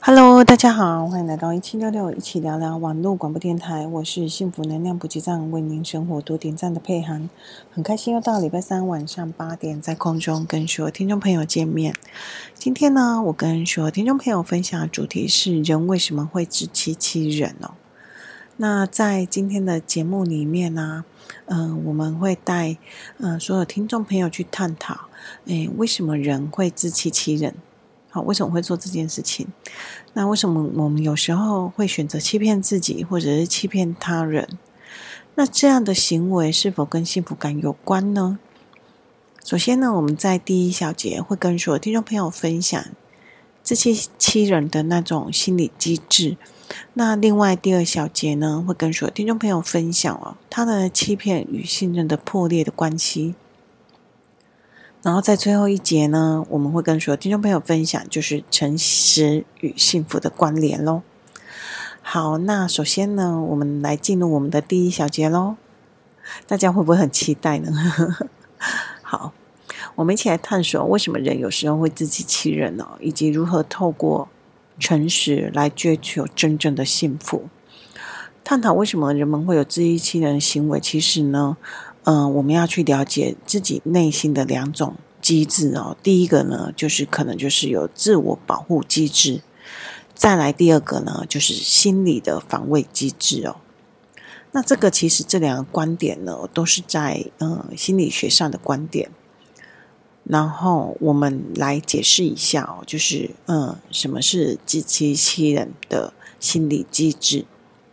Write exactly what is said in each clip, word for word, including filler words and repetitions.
Hello，大家好，欢迎来到一七六六，一起聊聊网络广播电台。我是幸福能量补给站，为您生活多点赞的佩涵。很开心又到礼拜三晚上八点，在空中跟所有听众朋友见面。今天呢，我跟所有听众朋友分享的主题是人为什么会自欺欺人哦。那在今天的节目里面呢、啊，呃，我们会带呃所有听众朋友去探讨，诶，为什么人会自欺欺人？好，为什么会做这件事情？那为什么我们有时候会选择欺骗自己，或者是欺骗他人？那这样的行为是否跟幸福感有关呢？首先呢，我们在第一小节会跟所有听众朋友分享自欺欺人的那种心理机制。那另外第二小节呢，会跟所有听众朋友分享哦，他的欺骗与信任的破裂的关系。然后在最后一节呢，我们会跟所有听众朋友分享，就是诚实与幸福的关联咯。好，那首先呢，我们来进入我们的第一小节咯。大家会不会很期待呢？好，我们一起来探索为什么人有时候会自欺欺人哦，以及如何透过诚实来追求真正的幸福。探讨为什么人们会有自欺欺人的行为，其实呢，嗯、呃，我们要去了解自己内心的两种机制哦。第一个呢，就是可能就是有自我保护机制；再来第二个呢，就是心理的防卫机制哦。那这个其实这两个观点呢，都是在呃心理学上的观点。然后我们来解释一下哦，就是嗯，什么是自欺欺人的心理机制？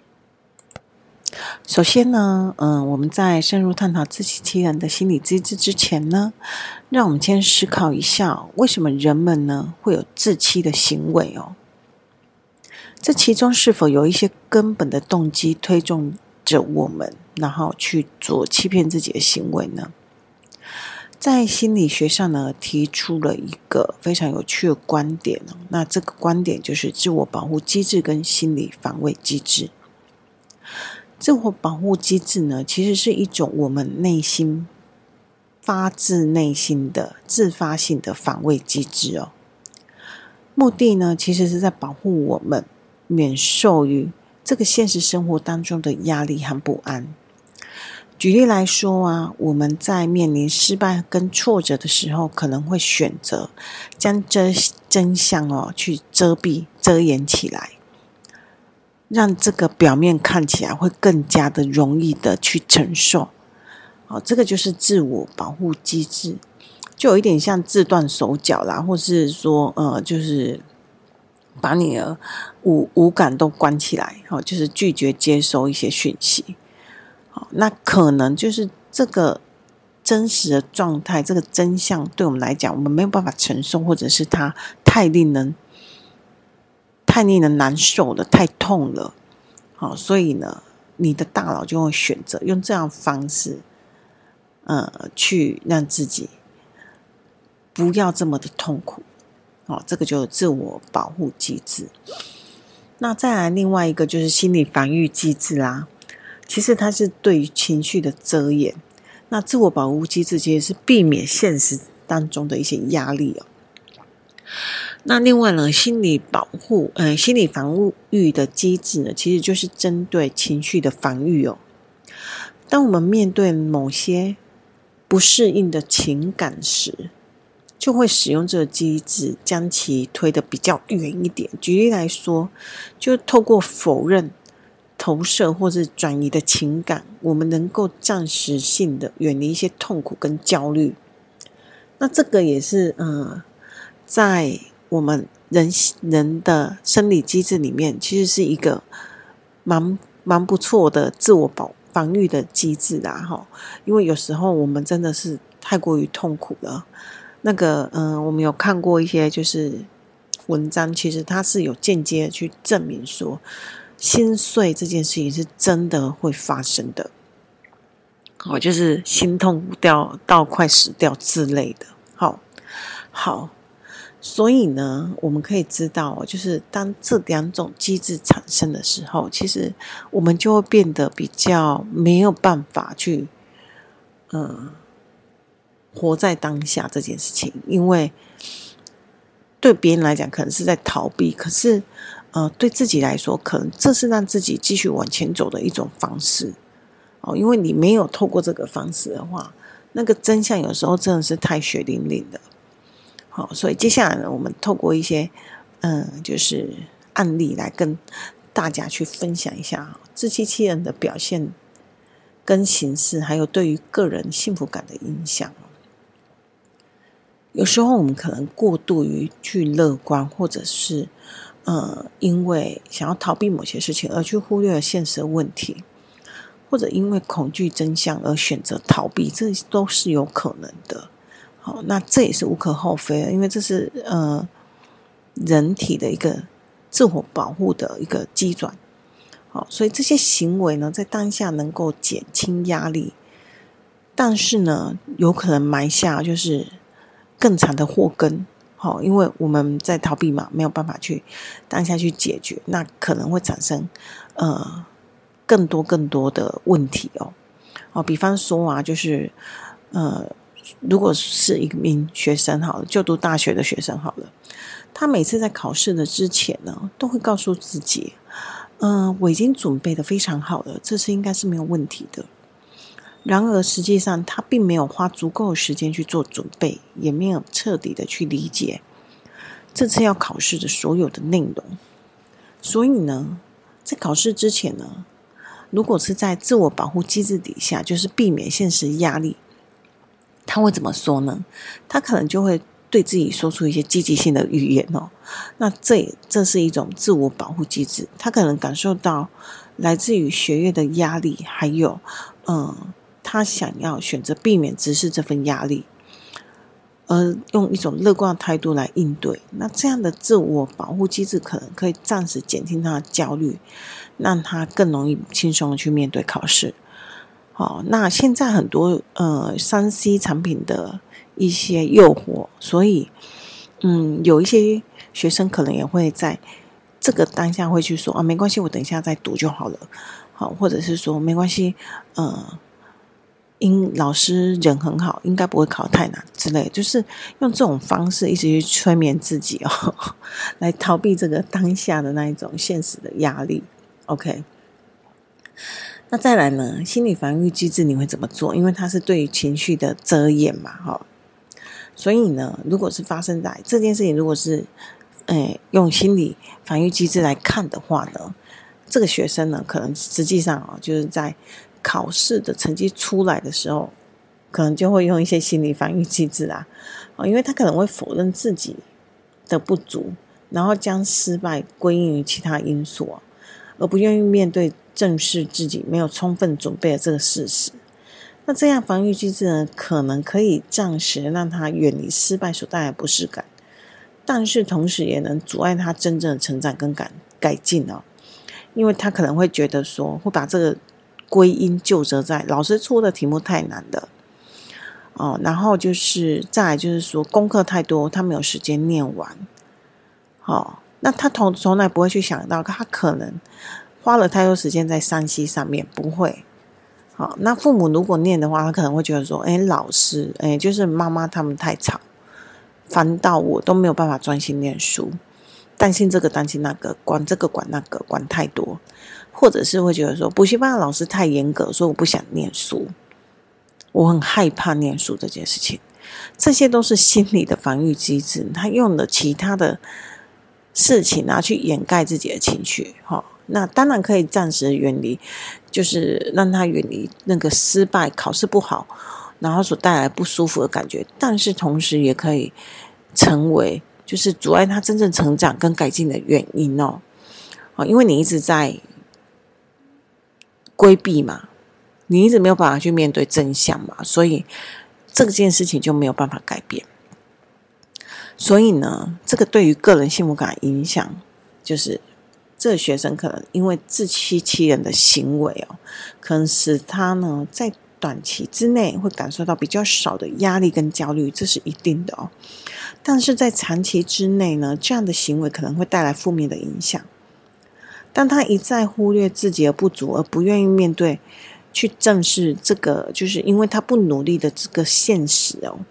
首先呢，嗯，我们在深入探讨自欺欺人的心理机制之前呢，让我们先思考一下，为什么人们呢会有自欺的行为哦？这其中是否有一些根本的动机推动着我们，然后去做欺骗自己的行为呢？在心理学上呢，提出了一个非常有趣的观点哦。那这个观点就是自我保护机制跟心理防卫机制。自我保护机制呢，其实是一种我们内心发自内心的自发性的防卫机制哦。目的呢，其实是在保护我们免受于这个现实生活当中的压力和不安。举例来说啊，我们在面临失败跟挫折的时候，可能会选择将这真相哦去遮蔽、遮掩起来。让这个表面看起来会更加的容易的去承受，好，这个就是自我保护机制，就有一点像自断手脚啦，或是说呃，就是把你的五五感都关起来，好，就是拒绝接收一些讯息，好，那可能就是这个真实的状态，这个真相对我们来讲，我们没有办法承受，或者是它太令人。太令人难受了，太痛了，好，所以呢，你的大脑就会选择用这样的方式，呃，去让自己不要这么的痛苦，哦，这个就是自我保护机制。那再来另外一个就是心理防御机制啦，其实它是对于情绪的遮掩。那自我保护机制其实是避免现实当中的一些压力哦。那另外呢，心理保护，呃，心理防御的机制呢，其实就是针对情绪的防御哦。当我们面对某些不适应的情感时，就会使用这个机制，将其推得比较远一点。举例来说，就透过否认、投射或是转移的情感，我们能够暂时性的远离一些痛苦跟焦虑。那这个也是，呃，在我们人人的生理机制里面，其实是一个蛮蛮不错的自我保防御的机制啦，哈。因为有时候我们真的是太过于痛苦了。那个，嗯、呃，我们有看过一些就是文章，其实它是有间接的去证明说，心碎这件事情是真的会发生的。好，就是心痛掉到快死掉之类的。好，好。所以呢，我们可以知道，就是当这两种机制产生的时候，其实我们就会变得比较没有办法去，呃，活在当下这件事情，因为对别人来讲可能是在逃避，可是呃，对自己来说，可能这是让自己继续往前走的一种方式哦。因为你没有透过这个方式的话，那个真相有时候真的是太血淋淋的。好、哦，所以接下来呢，我们透过一些嗯，就是案例来跟大家去分享一下自欺欺人的表现跟形式，还有对于个人幸福感的影响。有时候我们可能过度于去乐观，或者是呃，因为想要逃避某些事情而去忽略了现实的问题，或者因为恐惧真相而选择逃避，这都是有可能的。好，那这也是无可厚非的，因为这是呃人体的一个自我保护的一个机转。好，所以这些行为呢，在当下能够减轻压力，但是呢，有可能埋下就是更长的祸根。好，因为我们在逃避嘛，没有办法去当下去解决，那可能会产生呃更多更多的问题哦。哦，比方说啊，就是呃，如果是一名学生好了，就读大学的学生好了，他每次在考试的之前呢，都会告诉自己，嗯、呃，我已经准备的非常好了，这次应该是没有问题的。然而实际上他并没有花足够的时间去做准备，也没有彻底的去理解这次要考试的所有的内容。所以呢，在考试之前呢，如果是在自我保护机制底下，就是避免现实压力，他会怎么说呢？他可能就会对自己说出一些积极性的语言哦。那这这是一种自我保护机制，他可能感受到来自于学业的压力，还有嗯。他想要选择避免直视这份压力，而用一种乐观的态度来应对。那这样的自我保护机制可能可以暂时减轻他的焦虑，让他更容易轻松的去面对考试。好，那现在很多呃三 C 产品的一些诱惑，所以嗯有一些学生可能也会在这个当下会去说啊，没关系，我等一下再读就好了。好，或者是说没关系，呃。因老师人很好，应该不会考太难之类的，就是用这种方式一直去催眠自己哦，来逃避这个当下的那一种现实的压力。OK， 那再来呢，心理防御机制你会怎么做？因为它是对于情绪的遮掩嘛，哈、哦，所以呢，如果是发生在这件事情，如果是呃用心理防御机制来看的话呢，这个学生呢，可能实际上哦，就是在考试的成绩出来的时候，可能就会用一些心理防御机制啊，因为他可能会否认自己的不足，然后将失败归因于其他因素，而不愿意面对正视自己没有充分准备的这个事实。那这样防御机制呢，可能可以暂时让他远离失败所带来的不适感，但是同时也能阻碍他真正的成长跟改改进哦，因为他可能会觉得说，会把这个归因究责在老师出的题目太难了哦，然后就是再来就是说功课太多，他没有时间念完。哦，那他从从来不会去想到他可能花了太多时间在三 C 上面，不会。好，那父母如果念的话，他可能会觉得说，哎，老师，哎，就是妈妈他们太吵，烦到我都没有办法专心念书，担心这个担心那个，管这个管那个，管太多。或者是会觉得说补习班的老师太严格，所以我不想念书，我很害怕念书这件事情。这些都是心理的防御机制，他用了其他的事情啊去掩盖自己的情绪、哦、那当然可以暂时远离，就是让他远离那个失败考试不好然后所带来不舒服的感觉，但是同时也可以成为就是阻碍他真正成长跟改进的原因哦。哦，因为你一直在规避嘛，你一直没有办法去面对真相嘛，所以这件事情就没有办法改变。所以呢，这个对于个人幸福感的影响，就是这个学生可能因为自欺欺人的行为哦，可能使他呢在短期之内会感受到比较少的压力跟焦虑，这是一定的哦。但是在长期之内呢，这样的行为可能会带来负面的影响。当他一再忽略自己的不足，而不愿意面对去正视这个，就是因为他不努力的这个现实哦，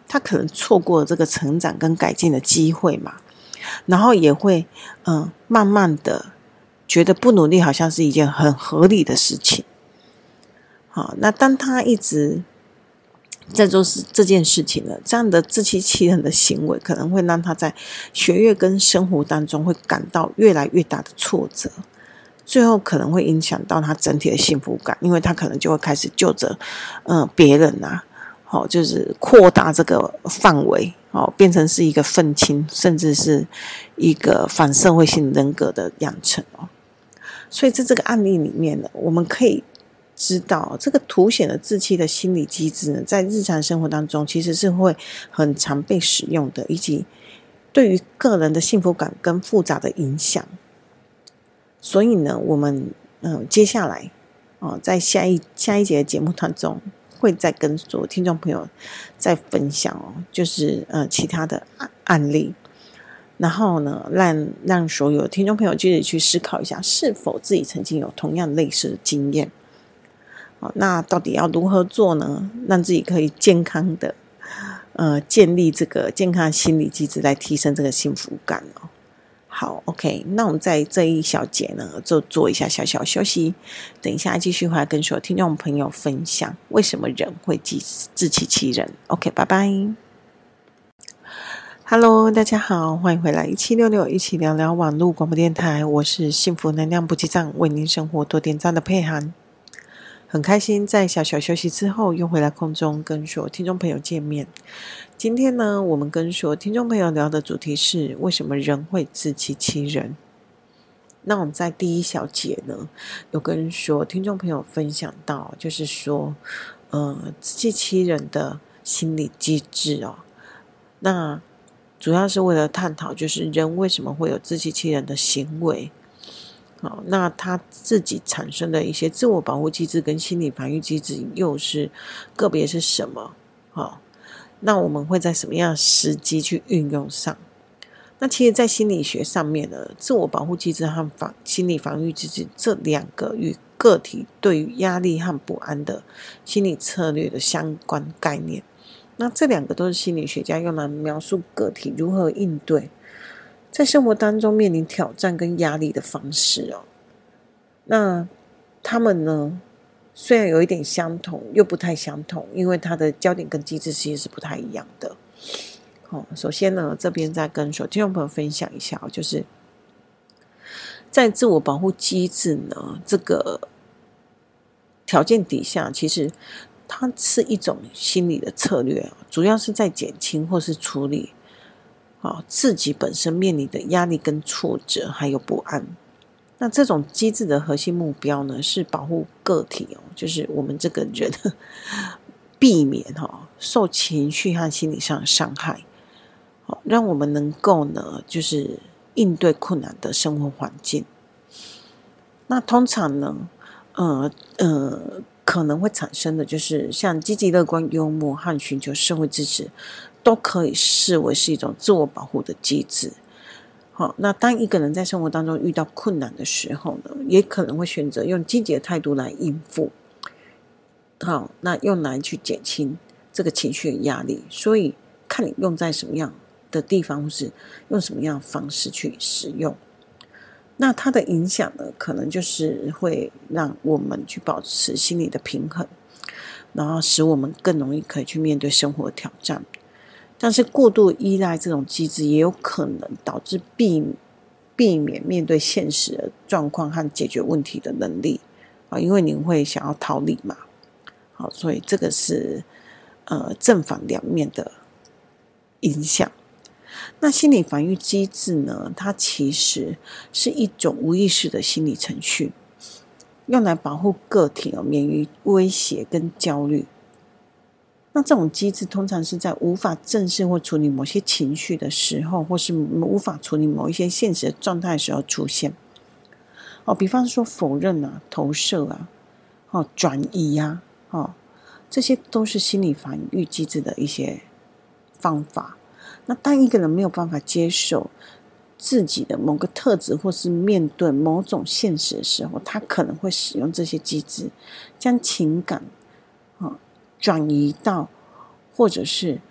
他可能错过了这个成长跟改进的机会嘛，然后也会嗯，慢慢的觉得不努力好像是一件很合理的事情。好，那当他一直在做这件事情呢，这样的自欺欺人的行为可能会让他在学业跟生活当中会感到越来越大的挫折，最后可能会影响到他整体的幸福感，因为他可能就会开始就着呃别人啊，好、哦，就是扩大这个范围，哦，变成是一个愤青，甚至是一个反社会性人格的养成哦。所以在这个案例里面呢，我们可以知道这个凸显的自欺的心理机制呢，在日常生活当中其实是会很常被使用的，以及对于个人的幸福感跟复杂的影响。所以呢，我们嗯接下来哦，在下一下一节的节目当中，会再跟所有听众朋友再分享哦，就是呃其他的案例，然后呢，让让所有听众朋友继续去思考一下，是否自己曾经有同样类似的经验。好，那到底要如何做呢？让自己可以健康的呃建立这个健康的心理机制，来提升这个幸福感哦。好 OK， 那我们在这一小节呢就做一下小小休息，等一下继续回来跟所有听众朋友分享为什么人会自欺欺人。 OK， 拜拜。Hello， 大家好，欢迎回来一七六六一起聊聊网络广播电台，我是幸福能量补给站，为您生活多点赞的佩涵。很开心在小小休息之后又回来空中跟所有听众朋友见面。今天呢，我们跟所有听众朋友聊的主题是为什么人会自欺欺人。那我们在第一小节呢，有跟所有听众朋友分享到，就是说呃，自欺欺人的心理机制哦。那主要是为了探讨就是人为什么会有自欺欺人的行为。好，那他自己产生的一些自我保护机制跟心理防御机制又是个别是什么？好，那我们会在什么样的时机去运用上？那其实在心理学上面呢，自我保护机制和防心理防御机制这两个与个体对于压力和不安的心理策略的相关概念，那这两个都是心理学家用来描述个体如何应对在生活当中面临挑战跟压力的方式哦。那他们呢，虽然有一点相同，又不太相同，因为它的焦点跟机制其实是不太一样的。哦，首先呢，这边再跟所有听众朋友分享一下，就是在自我保护机制呢这个条件底下，其实它是一种心理的策略，主要是在减轻或是处理哦，自己本身面临的压力跟挫折还有不安。那这种机制的核心目标呢，是保护个体哦，就是我们这个人避免哦受情绪和心理上的伤害，哦，让我们能够呢就是应对困难的生活环境。那通常呢呃呃可能会产生的就是像积极乐观、幽默和寻求社会支持，都可以视为是一种自我保护的机制。好，那当一个人在生活当中遇到困难的时候呢，也可能会选择用积极的态度来应付。好，那用来去减轻这个情绪的压力，所以看你用在什么样的地方，或是用什么样的方式去使用。那它的影响呢，可能就是会让我们去保持心理的平衡，然后使我们更容易可以去面对生活的挑战。但是过度依赖这种机制，也有可能导致避避免面对现实的状况和解决问题的能力啊，因为你会想要逃离嘛。好，所以这个是呃正反两面的影响。那心理防御机制呢，它其实是一种无意识的心理程序，用来保护个体哦免于威胁跟焦虑。那这种机制通常是在无法正视或处理某些情绪的时候，或是无法处理某一些现实的状态的时候出现。哦，比方说否认啊、投射啊、哦、转移啊、哦，这些都是心理防御机制的一些方法。那当一个人没有办法接受自己的某个特质，或是面对某种现实的时候，他可能会使用这些机制，将情感、哦、转移到或者是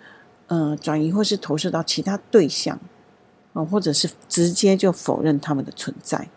呃转移或是投射到其他对象，呃、或者是直接就否认他们的存在。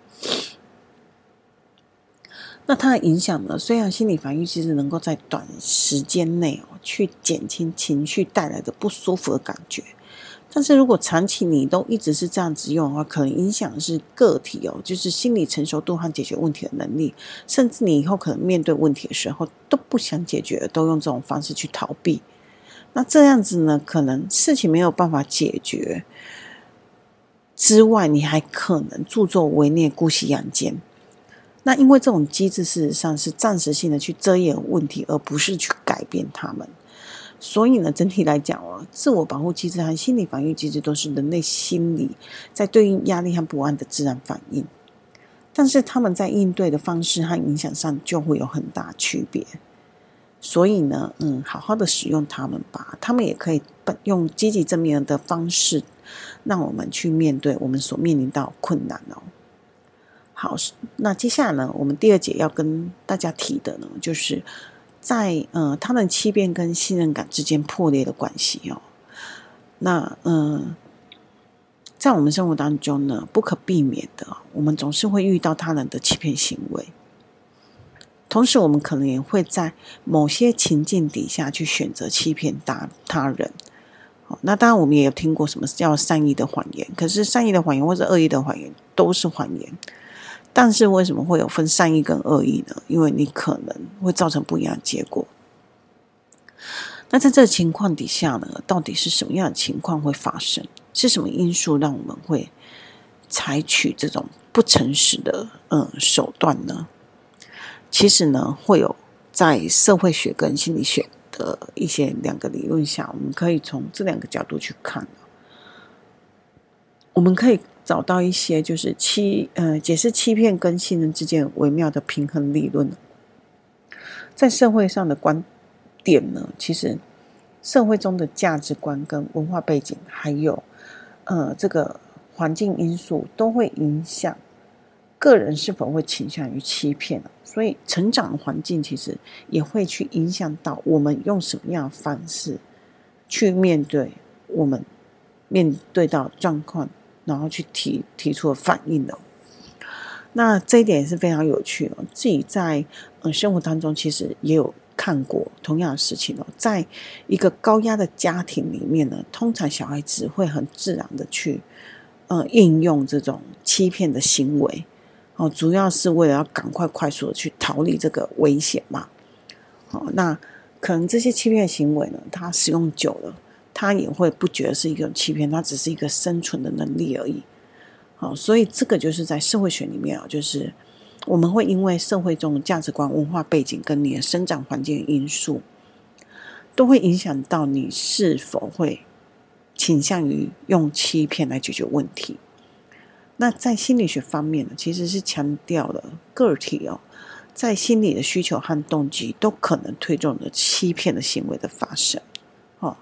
那它的影响呢，虽然心理防御机制能够在短时间内、哦、去减轻情绪带来的不舒服的感觉，但是如果长期你都一直是这样子用的话，可能影响的是个体哦，就是心理成熟度和解决问题的能力，甚至你以后可能面对问题的时候都不想解决，都用这种方式去逃避。那这样子呢，可能事情没有办法解决之外，你还可能助纣为虐，姑息养奸。那因为这种机制事实上是暂时性的去遮掩问题，而不是去改变它们。所以呢，整体来讲哦，自我保护机制和心理防御机制都是人类心理在对应压力和不安的自然反应，但是他们在应对的方式和影响上就会有很大区别。所以呢，嗯，好好的使用它们吧，他们也可以用积极正面的方式，让我们去面对我们所面临到的困难哦。好，那接下来呢，我们第二节要跟大家提的呢，就是在呃他们欺骗跟信任感之间破裂的关系哦。那嗯、呃，在我们生活当中呢，不可避免的，我们总是会遇到他人的欺骗行为，同时我们可能也会在某些情境底下去选择欺骗他他人。那当然我们也有听过什么叫善意的谎言，可是善意的谎言或者恶意的谎言都是谎言。但是为什么会有分善意跟恶意呢？因为你可能会造成不一样的结果。那在这个情况底下呢，到底是什么样的情况会发生？是什么因素让我们会采取这种不诚实的嗯手段呢？其实呢，会有在社会学跟心理学的一些两个理论下，我们可以从这两个角度去看。我们可以找到一些就是欺呃解释欺骗跟信任之间微妙的平衡理论。在社会上的观点呢，其实社会中的价值观跟文化背景，还有呃这个环境因素，都会影响个人是否会倾向于欺骗。所以成长的环境其实也会去影响到我们用什么样的方式去面对我们面对到状况，然后去提提出的反应的。那这一点也是非常有趣哦。自己在、呃、生活当中其实也有看过同样的事情哦。在一个高压的家庭里面呢，通常小孩子会很自然的去呃应用这种欺骗的行为哦，主要是为了要赶快快速的去逃离这个危险嘛。哦，那可能这些欺骗行为呢，他使用久了，他也会不觉得是一种欺骗，它只是一个生存的能力而已。好，所以这个就是在社会学里面啊，就是我们会因为社会中的价值观、文化背景跟你的生长环境的因素，都会影响到你是否会倾向于用欺骗来解决问题。那在心理学方面呢，其实是强调了个体哦，在心理的需求和动机都可能推动了欺骗的行为的发生。哦，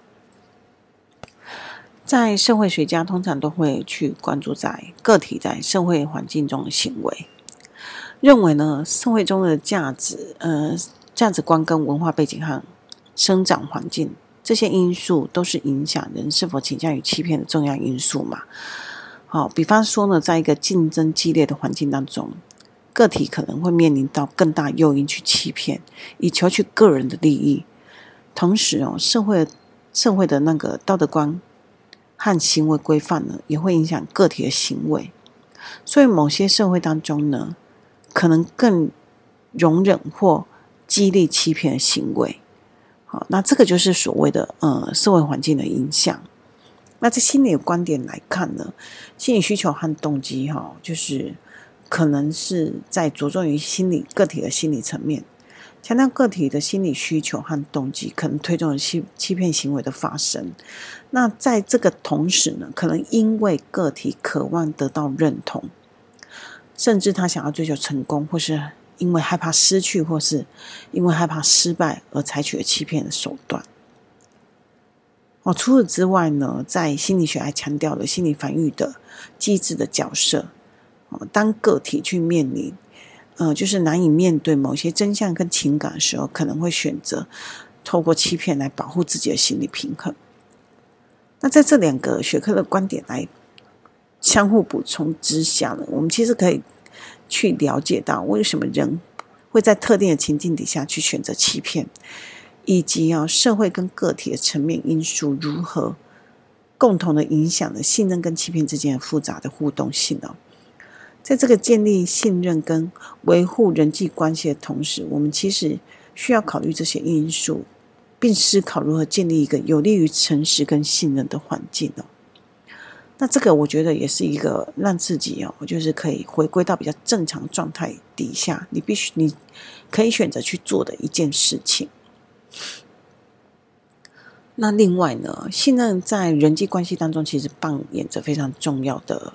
在社会学家通常都会去关注在个体在社会环境中的行为，认为呢，社会中的价值、呃价值观跟文化背景和生长环境这些因素都是影响人是否倾向于欺骗的重要因素嘛。好，比方说呢，在一个竞争激烈的环境当中，个体可能会面临到更大诱因去欺骗，以求取个人的利益。同时哦，社会社会的那个道德观和行为规范呢，也会影响个体的行为。所以某些社会当中呢，可能更容忍或激励欺骗的行为。好，那这个就是所谓的呃社会环境的影响。那在心理的观点来看呢，心理需求和动机哈、哦，就是可能是在着重于心理个体的心理层面，强调个体的心理需求和动机可能推动了欺欺骗行为的发生。那在这个同时呢，可能因为个体渴望得到认同，甚至他想要追求成功，或是因为害怕失去，或是因为害怕失败而采取了欺骗的手段。哦，除此之外呢，在心理学还强调了心理防御的机制的角色。哦，当个体去面临，呃，就是难以面对某些真相跟情感的时候，可能会选择透过欺骗来保护自己的心理平衡。 那在这两个学科的观点来相互补充之下呢，我们其实可以去了解到为什么人会在特定的情境底下去选择欺骗，以及、啊、社会跟个体的层面因素如何共同的影响了信任跟欺骗之间的复杂的互动性哦。在这个建立信任跟维护人际关系的同时，我们其实需要考虑这些因素，并思考如何建立一个有利于诚实跟信任的环境哦。那这个我觉得也是一个让自己哦，就是可以回归到比较正常状态底下，你必须你可以选择去做的一件事情。那另外呢，信任在人际关系当中其实扮演着非常重要的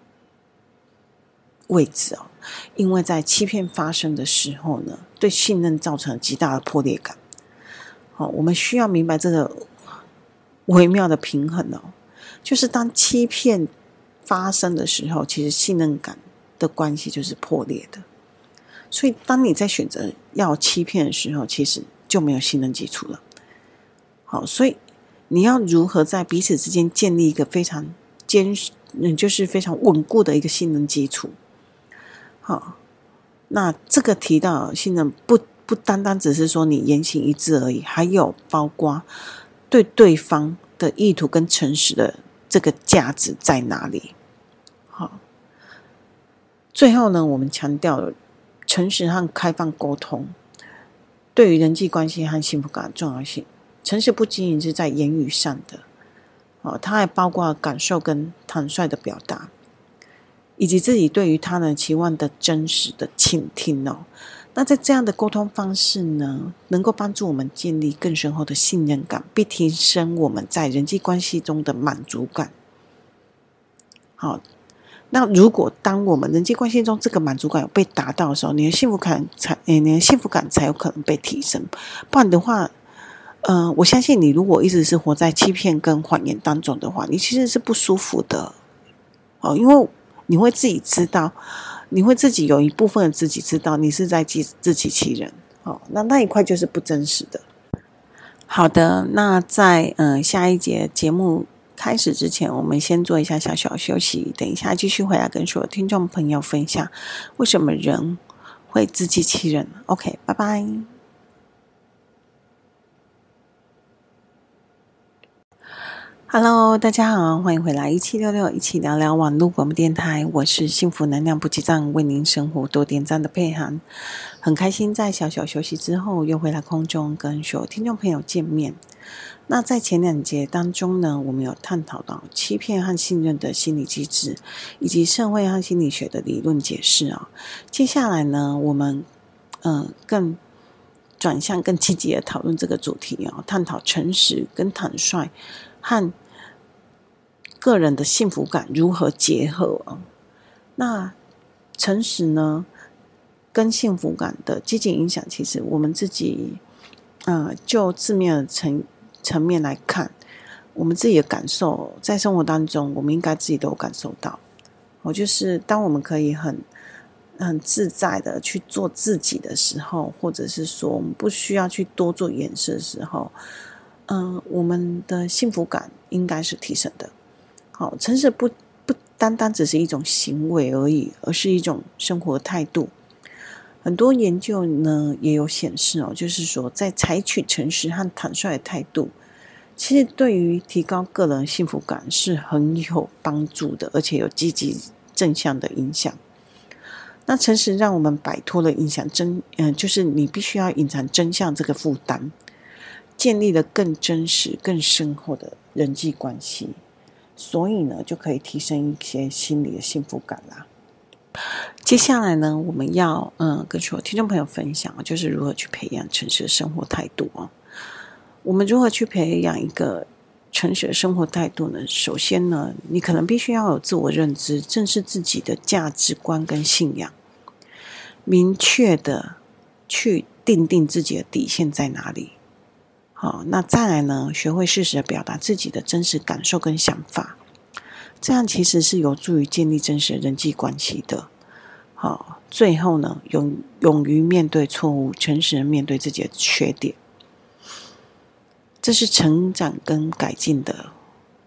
位置哦，因为在欺骗发生的时候呢，对信任造成了极大的破裂感。哦，我们需要明白这个微妙的平衡哦。就是当欺骗发生的时候，其实信任感的关系就是破裂的。所以当你在选择要欺骗的时候，其实就没有信任基础了。好，所以你要如何在彼此之间建立一个非常坚实，就是非常稳固的一个信任基础。好，那这个提到信任不不单单只是说你言行一致而已，还有包括对对方的意图跟诚实的这个价值在哪里。好，最后呢，我们强调了诚实和开放沟通对于人际关系和幸福感的重要性。诚实不仅仅是在言语上的，哦，它还包括感受跟坦率的表达，以及自己对于他人期望的真实的倾听哦。那在这样的沟通方式呢，能够帮助我们建立更深厚的信任感，并提升我们在人际关系中的满足感。好，那如果当我们人际关系中这个满足感有被达到的时候，你的幸福感才，你的幸福感才有可能被提升。不然的话，呃，我相信你如果一直是活在欺骗跟谎言当中的话，你其实是不舒服的。哦，因为你会自己知道，你会自己有一部分的自己知道你是在自欺欺人。哦，那那一块就是不真实的。好的，那在呃下一节节目开始之前，我们先做一下小小休息，等一下继续回来跟所有听众朋友分享为什么人会自欺欺人。 OK， 拜拜。Hello， 大家好，欢迎回来一七六六一起聊聊网络广播电台，我是幸福能量补给站，为您生活多点赞的佩涵。很开心在小小休息之后又回来空中跟所有听众朋友见面。那在前两节当中呢，我们有探讨到欺骗和信任的心理机制，以及社会和心理学的理论解释啊。接下来呢，我们呃更转向更积极的讨论这个主题啊，探讨诚实跟坦率和个人的幸福感如何结合啊。那诚实呢跟幸福感的积极影响，其实我们自己呃就字面的层层面来看，我们自己的感受在生活当中我们应该自己都有感受到。我就是当我们可以很很自在的去做自己的时候，或者是说我们不需要去多做掩饰的时候，嗯、呃，我们的幸福感应该是提升的。好，诚实不不单单只是一种行为而已，而是一种生活态度。很多研究呢也有显示哦，就是说在采取诚实和坦率的态度，其实对于提高个人幸福感是很有帮助的，而且有积极正向的影响。那诚实让我们摆脱了影响真，嗯、呃，就是你必须要隐藏真相这个负担，建立了更真实、更深厚的人际关系，所以呢，就可以提升一些心理的幸福感啦。接下来呢，我们要嗯跟所有听众朋友分享，就是如何去培养诚实的生活态度哦。我们如何去培养一个诚实的生活态度呢？首先呢，你可能必须要有自我认知，正视自己的价值观跟信仰，明确的去定定自己的底线在哪里。好，那再来呢，学会适时的表达自己的真实感受跟想法，这样其实是有助于建立真实的人际关系的。好，最后呢，勇勇于面对错误，诚实的面对自己的缺点，这是成长跟改进的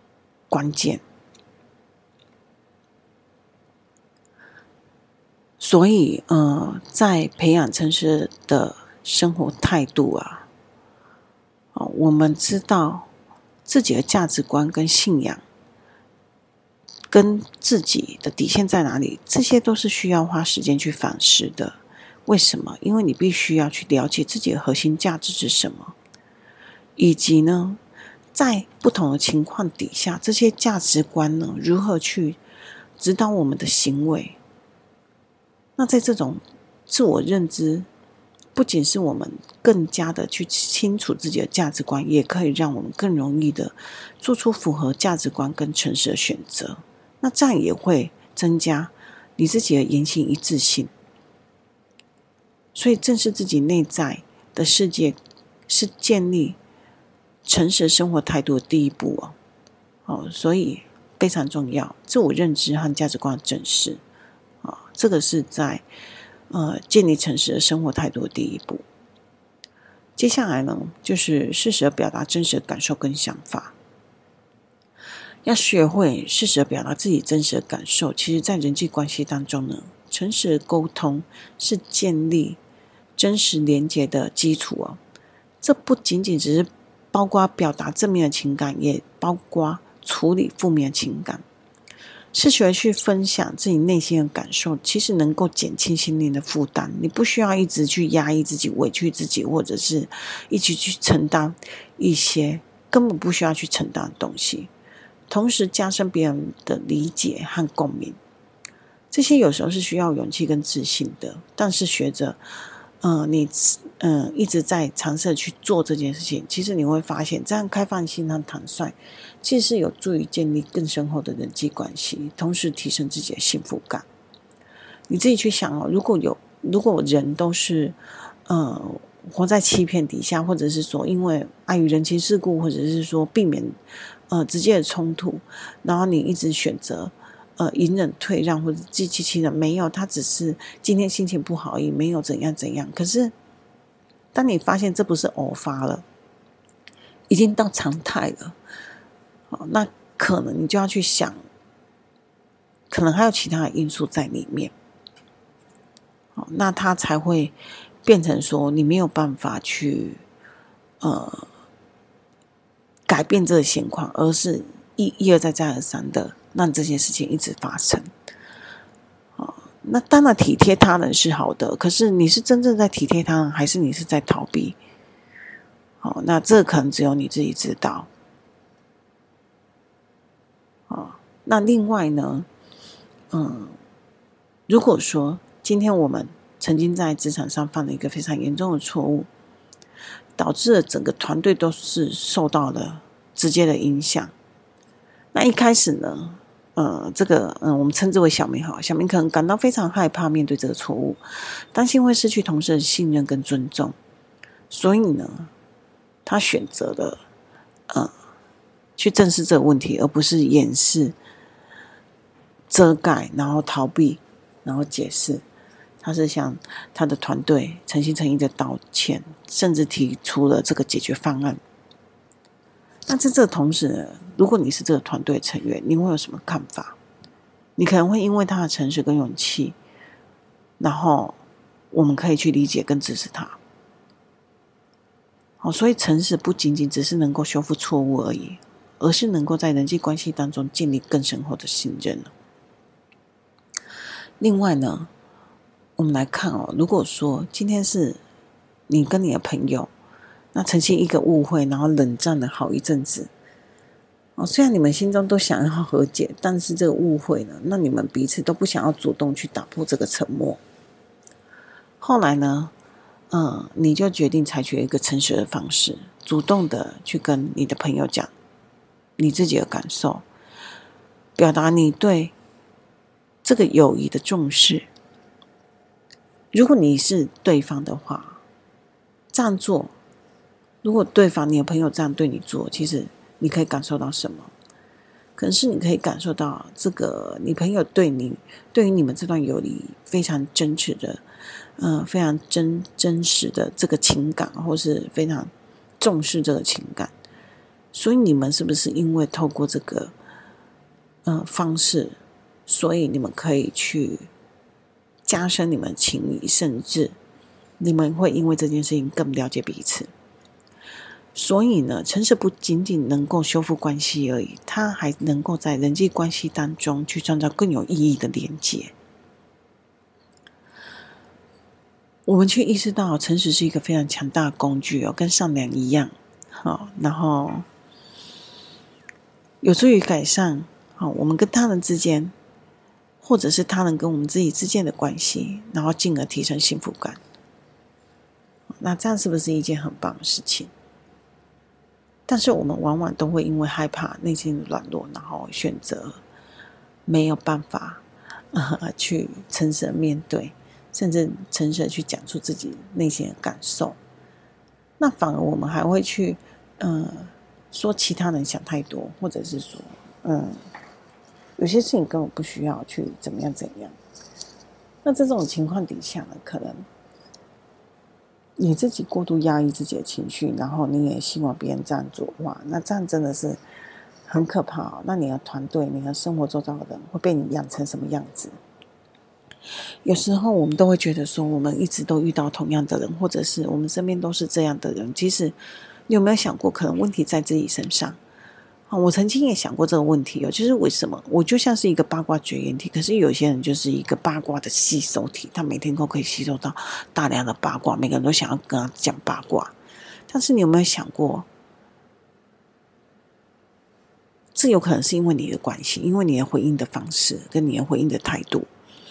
关键。所以呃，在培养诚实的生活态度啊，哦，我们知道自己的价值观跟信仰跟自己的底线在哪里，这些都是需要花时间去反思的。为什么？因为你必须要去了解自己的核心价值是什么，以及呢，在不同的情况底下，这些价值观呢，如何去指导我们的行为。那在这种自我认知，不仅是我们更加的去清楚自己的价值观，也可以让我们更容易的做出符合价值观跟诚实的选择。那这样也会增加你自己的言行一致性。所以正视自己内在的世界，是建立诚实生活态度的第一步哦。哦，所以非常重要，自我认知和价值观的正视啊，这个是在呃建立诚实的生活态度的第一步。接下来呢，就是适时的表达真实的感受跟想法。要学会适时的表达自己真实的感受，其实在人际关系当中呢，诚实的沟通是建立真实连结的基础哦。这不仅仅只是包括表达正面的情感，也包括处理负面的情感。适时的去分享自己内心的感受，其实能够减轻心灵的负担。你不需要一直去压抑自己、委屈自己，或者是一直去承担一些根本不需要去承担的东西，同时加深别人的理解和共鸣。这些有时候是需要勇气跟自信的，但是学着呃，你呃一直在尝试去做这件事情，其实你会发现，这样开放性和坦率，其实是有助于建立更深厚的人际关系，同时提升自己的幸福感。你自己去想哦，如果有如果人都是呃活在欺骗底下，或者是说因为碍于人情世故，或者是说避免呃直接的冲突，然后你一直选择呃，隐忍退让或者自欺欺人，没有，他只是今天心情不好而已，没有怎样怎样。可是当你发现这不是偶发了，已经到常态了，哦，那可能你就要去想，可能还有其他的因素在里面，哦，那它才会变成说你没有办法去呃改变这个现况，而是一一而再再而三的让这件事情一直发生。哦，那当然体贴他人是好的，可是你是真正在体贴他人，还是你是在逃避？哦，那这可能只有你自己知道。哦，那另外呢，嗯，如果说今天我们曾经在职场上犯了一个非常严重的错误，导致了整个团队都是受到了直接的影响。那一开始呢，呃，这个嗯，我们称之为小明好，小明可能感到非常害怕面对这个错误，担心会失去同事的信任跟尊重，所以呢，他选择了呃去正视这个问题，而不是掩饰、遮盖，然后逃避，然后解释。他是向他的团队诚心诚意的道歉，甚至提出了这个解决方案。那在这同时呢，如果你是这个团队成员，你会有什么看法？你可能会因为他的诚实跟勇气，然后我们可以去理解跟支持他。好，所以诚实不仅仅只是能够修复错误而已，而是能够在人际关系当中建立更深厚的信任。另外呢，我们来看哦，如果说今天是你跟你的朋友，那呈现一个误会，然后冷战了好一阵子。哦，虽然你们心中都想要和解，但是这个误会呢，那你们彼此都不想要主动去打破这个沉默。后来呢，嗯，你就决定采取一个诚实的方式，主动的去跟你的朋友讲你自己的感受，表达你对这个友谊的重视。如果你是对方的话，这样做，如果对方你的朋友这样对你做，其实你可以感受到什么？可能是你可以感受到这个你朋友对你对于你们这段友谊非常真挚的呃，非常真真实的这个情感，或是非常重视这个情感。所以你们是不是因为透过这个呃方式，所以你们可以去加深你们的情谊，甚至你们会因为这件事情更了解彼此。所以呢，诚实不仅仅能够修复关系而已，它还能够在人际关系当中去创造更有意义的连接。我们去意识到诚实是一个非常强大的工具哦，跟善良一样，好，然后有助于改善好我们跟他人之间，或者是他人跟我们自己之间的关系，然后进而提升幸福感。那这样是不是一件很棒的事情？但是我们往往都会因为害怕内心的软弱，然后选择没有办法、呃、去诚实的面对，甚至诚实的去讲出自己内心的感受。那反而我们还会去呃说其他人想太多，或者是说嗯有些事情根本不需要去怎么样怎样。那这种情况底下呢，可能你自己过度压抑自己的情绪，然后你也希望别人这样做，哇，那这样真的是很可怕哦。那你的团队、你的生活周遭的人会被你养成什么样子？有时候我们都会觉得说，我们一直都遇到同样的人，或者是我们身边都是这样的人。其实你有没有想过，可能问题在自己身上？我曾经也想过这个问题哦，就是为什么我就像是一个八卦绝缘体，可是有些人就是一个八卦的吸收体，他每天都可以吸收到大量的八卦，每个人都想要跟他讲八卦。但是你有没有想过，这有可能是因为你的关系，因为你的回应的方式跟你的回应的态度。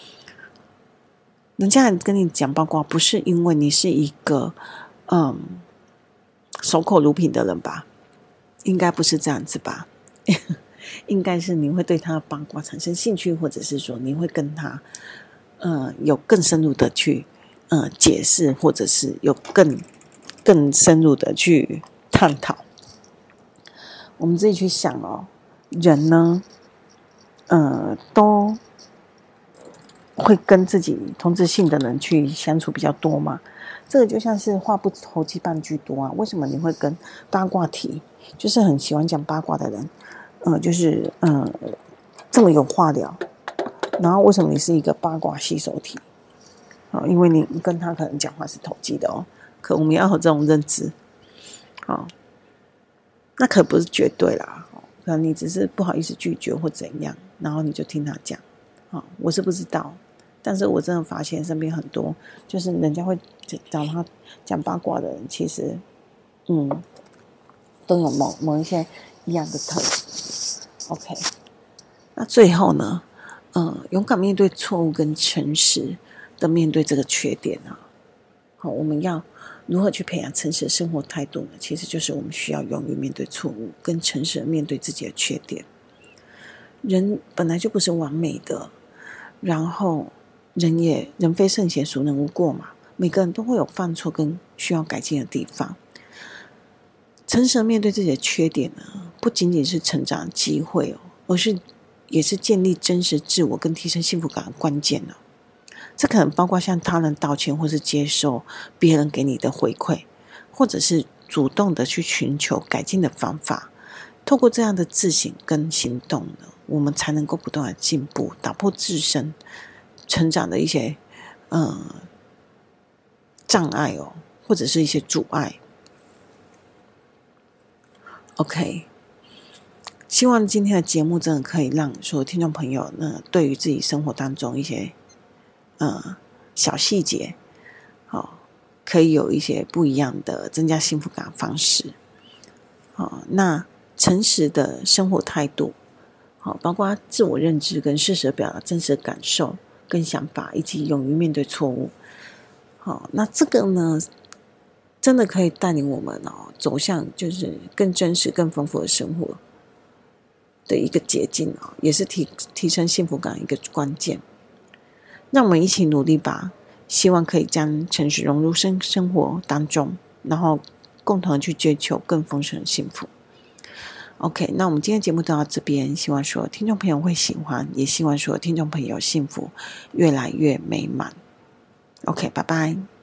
人家跟你讲八卦，不是因为你是一个嗯守口如瓶的人吧？应该不是这样子吧？应该是你会对他的八卦产生兴趣，或者是说你会跟他呃有更深入的去呃解释，或者是有更更深入的去探讨。我们自己去想哦，人呢呃都会跟自己同质性的人去相处比较多嘛。这个就像是话不投机半句多啊。为什么你会跟八卦体，就是很喜欢讲八卦的人，呃，就是呃这么有话聊？然后为什么你是一个八卦吸收体？哦，因为你跟他可能讲话是投机的哦。可我们要有这种认知，哦，那可不是绝对啦。可能你只是不好意思拒绝或怎样，然后你就听他讲。哦，我是不知道。但是我真的发现身边很多就是人家会找他讲八卦的人，其实嗯都有某某一些一样的特质。 OK， 那最后呢呃，勇敢面对错误跟诚实的面对这个缺点啊，好，我们要如何去培养诚实的生活态度呢？其实就是我们需要勇于面对错误，跟诚实的面对自己的缺点。人本来就不是完美的，然后人也人非圣贤，孰能无过嘛？每个人都会有犯错跟需要改进的地方。诚实的面对自己的缺点呢，不仅仅是成长的机会哦，而是也是建立真实自我跟提升幸福感的关键哦。这可能包括向他人道歉，或是接受别人给你的回馈，或者是主动的去寻求改进的方法。透过这样的自省跟行动呢，我们才能够不断的进步，打破自身成长的一些呃障碍哦，或者是一些阻碍。OK， 希望今天的节目真的可以让所有听众朋友呢，对于自己生活当中一些呃小细节，哦，可以有一些不一样的增加幸福感的方式。哦，那诚实的生活态度，好，包括自我认知跟适时表达真实的感受跟想法，以及勇于面对错误。好，那这个呢，真的可以带领我们哦走向就是更真实、更丰富的生活的一个捷径哦，也是提提升幸福感的一个关键。让我们一起努力吧，希望可以将诚实融入生生活当中，然后共同去追求更丰盛的幸福。OK， 那我们今天节目到这边，希望说听众朋友会喜欢，也希望说听众朋友幸福越来越美满。OK， 拜拜。